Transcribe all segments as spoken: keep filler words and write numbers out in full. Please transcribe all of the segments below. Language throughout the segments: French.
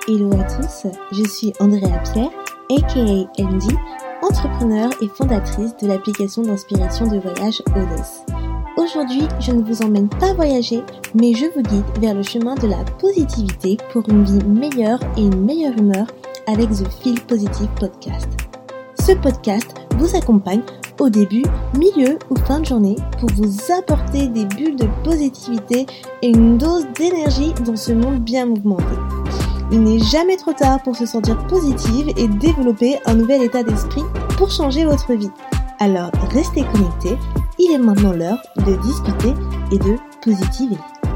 Hello à tous, je suis Andrea Pierre, aka M D, entrepreneur et fondatrice de l'application d'inspiration de voyage Odos. Aujourd'hui, je ne vous emmène pas voyager, mais je vous guide vers le chemin de la positivité pour une vie meilleure et une meilleure humeur avec The Feel Positive Podcast. Ce podcast vous accompagne au début, milieu ou fin de journée pour vous apporter des bulles de positivité et une dose d'énergie dans ce monde bien mouvementé. Il n'est jamais trop tard pour se sentir positive et développer un nouvel état d'esprit pour changer votre vie. Alors restez connectés, il est maintenant l'heure de discuter et de positiver.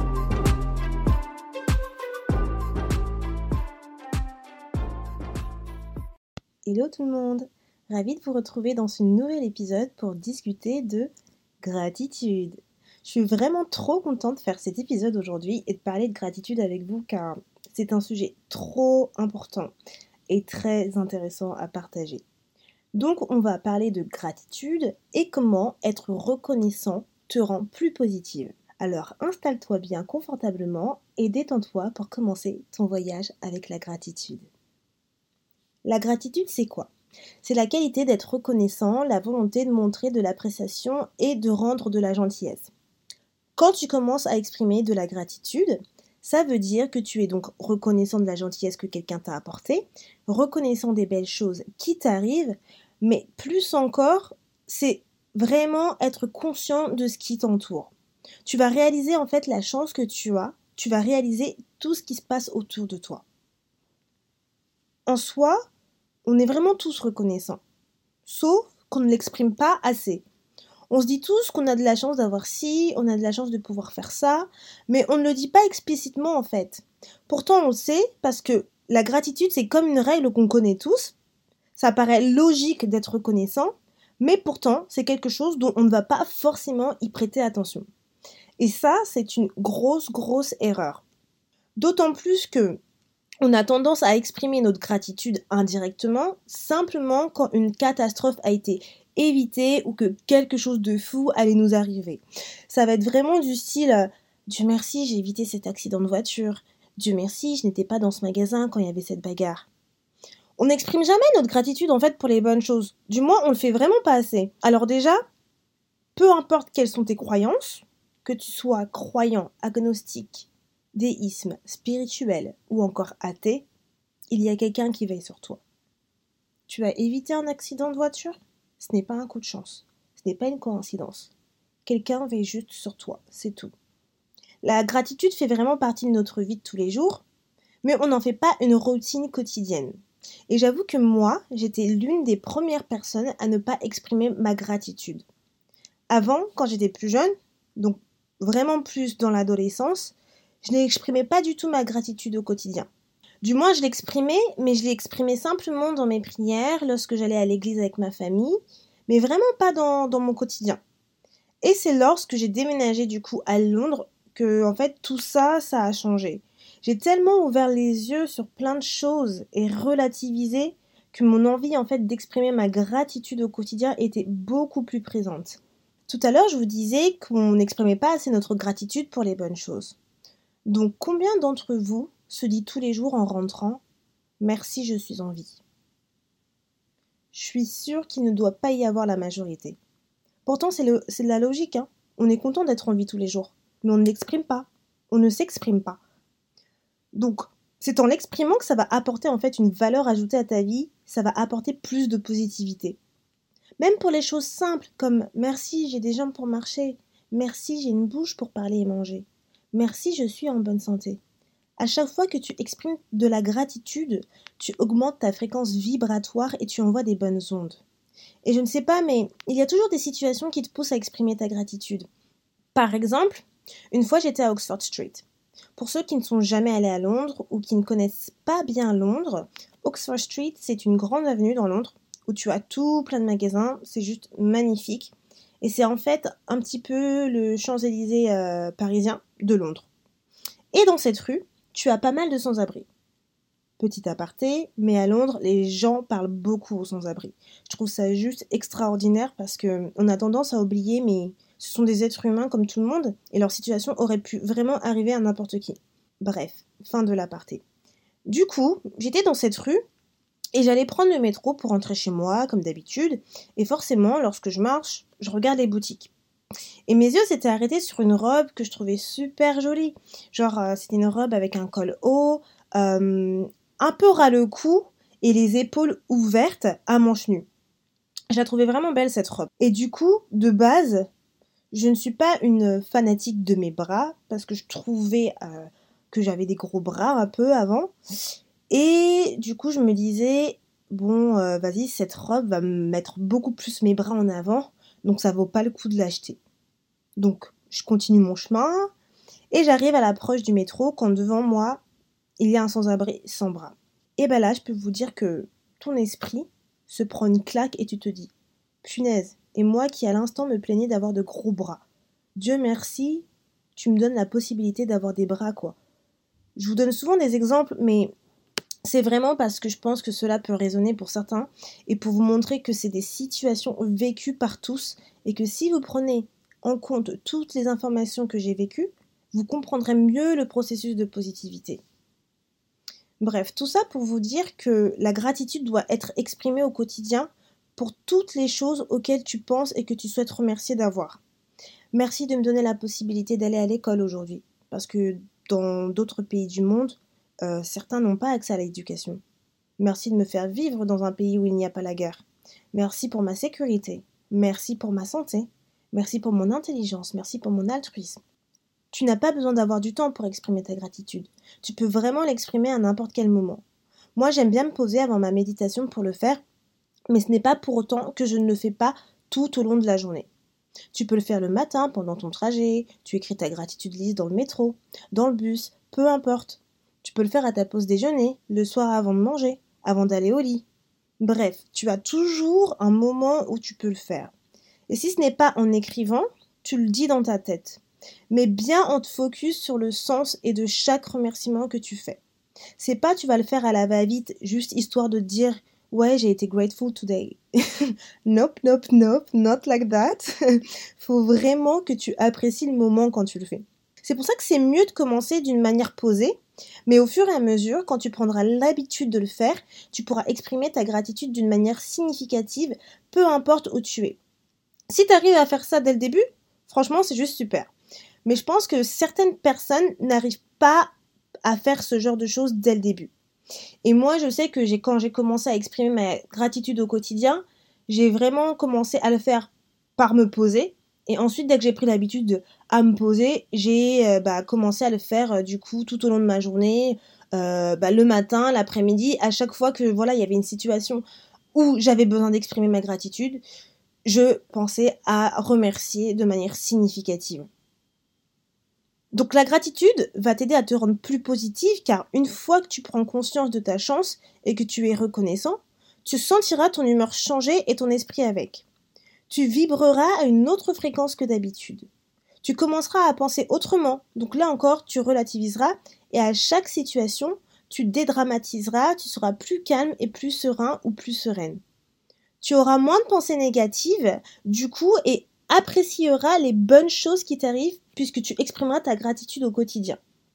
Hello tout le monde, ravie de vous retrouver dans ce nouvel épisode pour discuter de gratitude. Je suis vraiment trop contente de faire cet épisode aujourd'hui et de parler de gratitude avec vous car c'est un sujet trop important et très intéressant à partager. Donc on va parler de gratitude et comment être reconnaissant te rend plus positive. Alors installe-toi bien confortablement et détends-toi pour commencer ton voyage avec la gratitude. La gratitude, c'est quoi ? C'est la qualité d'être reconnaissant, la volonté de montrer de l'appréciation et de rendre de la gentillesse. Quand tu commences à exprimer de la gratitude, ça veut dire que tu es donc reconnaissant de la gentillesse que quelqu'un t'a apportée, reconnaissant des belles choses qui t'arrivent, mais plus encore, c'est vraiment être conscient de ce qui t'entoure. Tu vas réaliser en fait la chance que tu as, tu vas réaliser tout ce qui se passe autour de toi. En soi, on est vraiment tous reconnaissants, sauf qu'on ne l'exprime pas assez. On se dit tous qu'on a de la chance d'avoir ci, on a de la chance de pouvoir faire ça, mais on ne le dit pas explicitement en fait. Pourtant on le sait parce que la gratitude c'est comme une règle qu'on connaît tous, ça paraît logique d'être reconnaissant, mais pourtant c'est quelque chose dont on ne va pas forcément y prêter attention. Et ça c'est une grosse grosse erreur. D'autant plus que on a tendance à exprimer notre gratitude indirectement, simplement quand une catastrophe a été évitée ou que quelque chose de fou allait nous arriver. Ça va être vraiment du style euh, « Dieu merci, j'ai évité cet accident de voiture. Dieu merci, je n'étais pas dans ce magasin quand il y avait cette bagarre. » On n'exprime jamais notre gratitude en fait pour les bonnes choses. Du moins, on le fait vraiment pas assez. Alors déjà, peu importe quelles sont tes croyances, que tu sois croyant, agnostique, déisme, spirituel ou encore athée, il y a quelqu'un qui veille sur toi. Tu as évité un accident de voiture ? Ce n'est pas un coup de chance. Ce n'est pas une coïncidence. Quelqu'un veille juste sur toi, c'est tout. La gratitude fait vraiment partie de notre vie de tous les jours, mais on n'en fait pas une routine quotidienne. Et j'avoue que moi, j'étais l'une des premières personnes à ne pas exprimer ma gratitude. Avant, quand j'étais plus jeune, donc vraiment plus dans l'adolescence, je n'exprimais pas du tout ma gratitude au quotidien. Du moins, je l'exprimais, mais je l'exprimais simplement dans mes prières, lorsque j'allais à l'église avec ma famille, mais vraiment pas dans, dans mon quotidien. Et c'est lorsque j'ai déménagé du coup à Londres que, en fait, tout ça, ça a changé. J'ai tellement ouvert les yeux sur plein de choses et relativisé que mon envie, en fait, d'exprimer ma gratitude au quotidien était beaucoup plus présente. Tout à l'heure, je vous disais qu'on n'exprimait pas assez notre gratitude pour les bonnes choses. Donc, combien d'entre vous se dit tous les jours en rentrant « Merci, je suis en vie ». Je suis sûre qu'il ne doit pas y avoir la majorité. Pourtant, c'est, le, c'est de la logique, hein. On est content d'être en vie tous les jours, mais on ne l'exprime pas, on ne s'exprime pas. Donc, c'est en l'exprimant que ça va apporter en fait une valeur ajoutée à ta vie, ça va apporter plus de positivité. Même pour les choses simples comme « Merci, j'ai des jambes pour marcher »,« Merci, j'ai une bouche pour parler et manger »,« Merci, je suis en bonne santé ». À chaque fois que tu exprimes de la gratitude, tu augmentes ta fréquence vibratoire et tu envoies des bonnes ondes. Et je ne sais pas, mais il y a toujours des situations qui te poussent à exprimer ta gratitude. Par exemple, une fois j'étais à Oxford Street. Pour ceux qui ne sont jamais allés à Londres ou qui ne connaissent pas bien Londres, Oxford Street, c'est une grande avenue dans Londres où tu as tout plein de magasins, c'est juste magnifique. Et c'est en fait un petit peu le Champs-Élysées euh, parisien de Londres. Et dans cette rue, tu as pas mal de sans-abri. Petit aparté, mais à Londres, les gens parlent beaucoup aux sans-abri. Je trouve ça juste extraordinaire parce qu'on a tendance à oublier, mais ce sont des êtres humains comme tout le monde et leur situation aurait pu vraiment arriver à n'importe qui. Bref, fin de l'aparté. Du coup, j'étais dans cette rue et j'allais prendre le métro pour rentrer chez moi, comme d'habitude. Et forcément, lorsque je marche, je regarde les boutiques. Et mes yeux s'étaient arrêtés sur une robe que je trouvais super jolie. Genre, euh, c'était une robe avec un col haut, euh, un peu ras le cou et les épaules ouvertes à manches nues. Je la trouvais vraiment belle cette robe. Et du coup, de base, je ne suis pas une fanatique de mes bras parce que je trouvais euh, que j'avais des gros bras un peu avant. Et du coup, je me disais, bon, euh, vas-y, cette robe va me mettre beaucoup plus mes bras en avant, donc ça vaut pas le coup de l'acheter. Donc, je continue mon chemin et j'arrive à l'approche du métro quand devant moi, il y a un sans-abri sans bras. Et ben là, je peux vous dire que ton esprit se prend une claque et tu te dis, punaise, et moi qui à l'instant me plaignais d'avoir de gros bras. Dieu merci, tu me donnes la possibilité d'avoir des bras, quoi. Je vous donne souvent des exemples, mais c'est vraiment parce que je pense que cela peut résonner pour certains et pour vous montrer que c'est des situations vécues par tous et que si vous prenez en compte toutes les informations que j'ai vécues, vous comprendrez mieux le processus de positivité. Bref, tout ça pour vous dire que la gratitude doit être exprimée au quotidien pour toutes les choses auxquelles tu penses et que tu souhaites remercier d'avoir. Merci de me donner la possibilité d'aller à l'école aujourd'hui, parce que dans d'autres pays du monde, euh, certains n'ont pas accès à l'éducation. Merci de me faire vivre dans un pays où il n'y a pas la guerre. Merci pour ma sécurité. Merci pour ma santé. Merci pour mon intelligence. Merci pour mon altruisme. Tu n'as pas besoin d'avoir du temps pour exprimer ta gratitude. Tu peux vraiment l'exprimer à n'importe quel moment. Moi, j'aime bien me poser avant ma méditation pour le faire, mais ce n'est pas pour autant que je ne le fais pas tout au long de la journée. Tu peux le faire le matin pendant ton trajet, tu écris ta gratitude list dans le métro, dans le bus, peu importe. Tu peux le faire à ta pause déjeuner, le soir avant de manger, avant d'aller au lit. Bref, tu as toujours un moment où tu peux le faire. Et si ce n'est pas en écrivant, tu le dis dans ta tête. Mais bien en te focus sur le sens et de chaque remerciement que tu fais. C'est pas tu vas le faire à la va-vite, juste histoire de dire « Ouais, j'ai été grateful today ». Nope, nope, nope, not like that. Faut vraiment que tu apprécies le moment quand tu le fais. C'est pour ça que c'est mieux de commencer d'une manière posée, mais au fur et à mesure, quand tu prendras l'habitude de le faire, tu pourras exprimer ta gratitude d'une manière significative, peu importe où tu es. Si tu arrives à faire ça dès le début, franchement, c'est juste super. Mais je pense que certaines personnes n'arrivent pas à faire ce genre de choses dès le début. Et moi, je sais que j'ai, quand j'ai commencé à exprimer ma gratitude au quotidien, j'ai vraiment commencé à le faire par me poser. Et ensuite, dès que j'ai pris l'habitude de à me poser, j'ai euh, bah, commencé à le faire euh, du coup tout au long de ma journée, euh, bah, le matin, l'après-midi, à chaque fois que voilà, il y avait une situation où j'avais besoin d'exprimer ma gratitude, je pensais à remercier de manière significative. Donc la gratitude va t'aider à te rendre plus positive car une fois que tu prends conscience de ta chance et que tu es reconnaissant, tu sentiras ton humeur changer et ton esprit avec. Tu vibreras à une autre fréquence que d'habitude. Tu commenceras à penser autrement, donc là encore tu relativiseras et à chaque situation tu dédramatiseras, tu seras plus calme et plus serein ou plus sereine. Tu auras moins de pensées négatives du coup et apprécieras les bonnes choses qui t'arrivent puisque tu exprimeras ta gratitude au quotidien.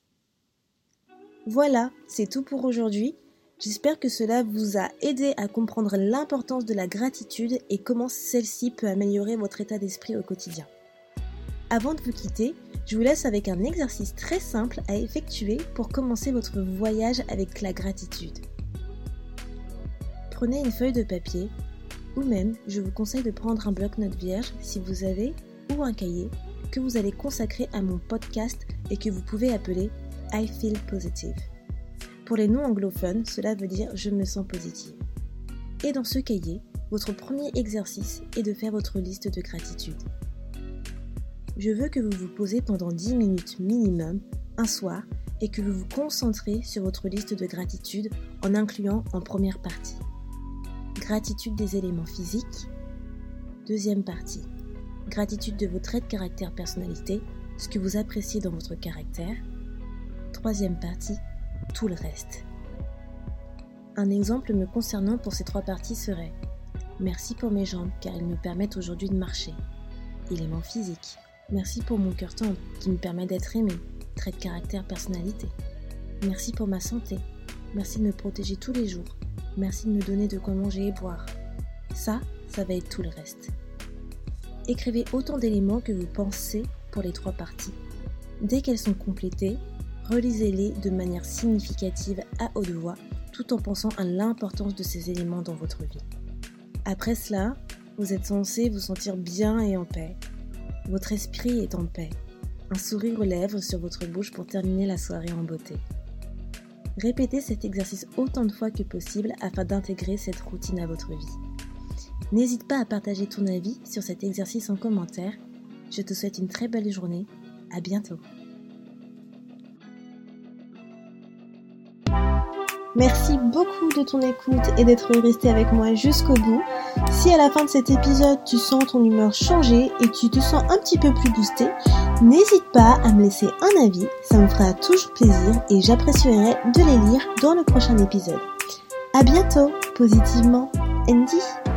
Voilà, c'est tout pour aujourd'hui. J'espère que cela vous a aidé à comprendre l'importance de la gratitude et comment celle-ci peut améliorer votre état d'esprit au quotidien. Avant de vous quitter, je vous laisse avec un exercice très simple à effectuer pour commencer votre voyage avec la gratitude. Prenez une feuille de papier ou même, je vous conseille de prendre un bloc-notes vierge si vous avez, ou un cahier, que vous allez consacrer à mon podcast et que vous pouvez appeler I Feel Positive. Pour les non-anglophones, cela veut dire je me sens positive. Et dans ce cahier, votre premier exercice est de faire votre liste de gratitude. Je veux que vous vous posez pendant dix minutes minimum, un soir, et que vous vous concentrez sur votre liste de gratitude en incluant en première partie gratitude des éléments physiques. Deuxième partie, gratitude de vos traits de caractère personnalité, ce que vous appréciez dans votre caractère. Troisième partie, tout le reste. Un exemple me concernant pour ces trois parties serait merci pour mes jambes car elles me permettent aujourd'hui de marcher. Élément physique. Merci pour mon cœur tendre qui me permet d'être aimé. Trait de caractère personnalité. Merci pour ma santé. Merci de me protéger tous les jours. Merci de me donner de quoi manger et boire. Ça, ça va être tout le reste. Écrivez autant d'éléments que vous pensez pour les trois parties. Dès qu'elles sont complétées, relisez-les de manière significative à haute voix, tout en pensant à l'importance de ces éléments dans votre vie. Après cela, vous êtes censé vous sentir bien et en paix. Votre esprit est en paix. Un sourire aux lèvres sur votre bouche pour terminer la soirée en beauté. Répétez cet exercice autant de fois que possible afin d'intégrer cette routine à votre vie. N'hésite pas à partager ton avis sur cet exercice en commentaire. Je te souhaite une très belle journée. À bientôt. Merci beaucoup de ton écoute et d'être resté avec moi jusqu'au bout. Si à la fin de cet épisode, tu sens ton humeur changer et tu te sens un petit peu plus boosté, n'hésite pas à me laisser un avis, ça me fera toujours plaisir et j'apprécierai de les lire dans le prochain épisode. À bientôt, positivement, Andy.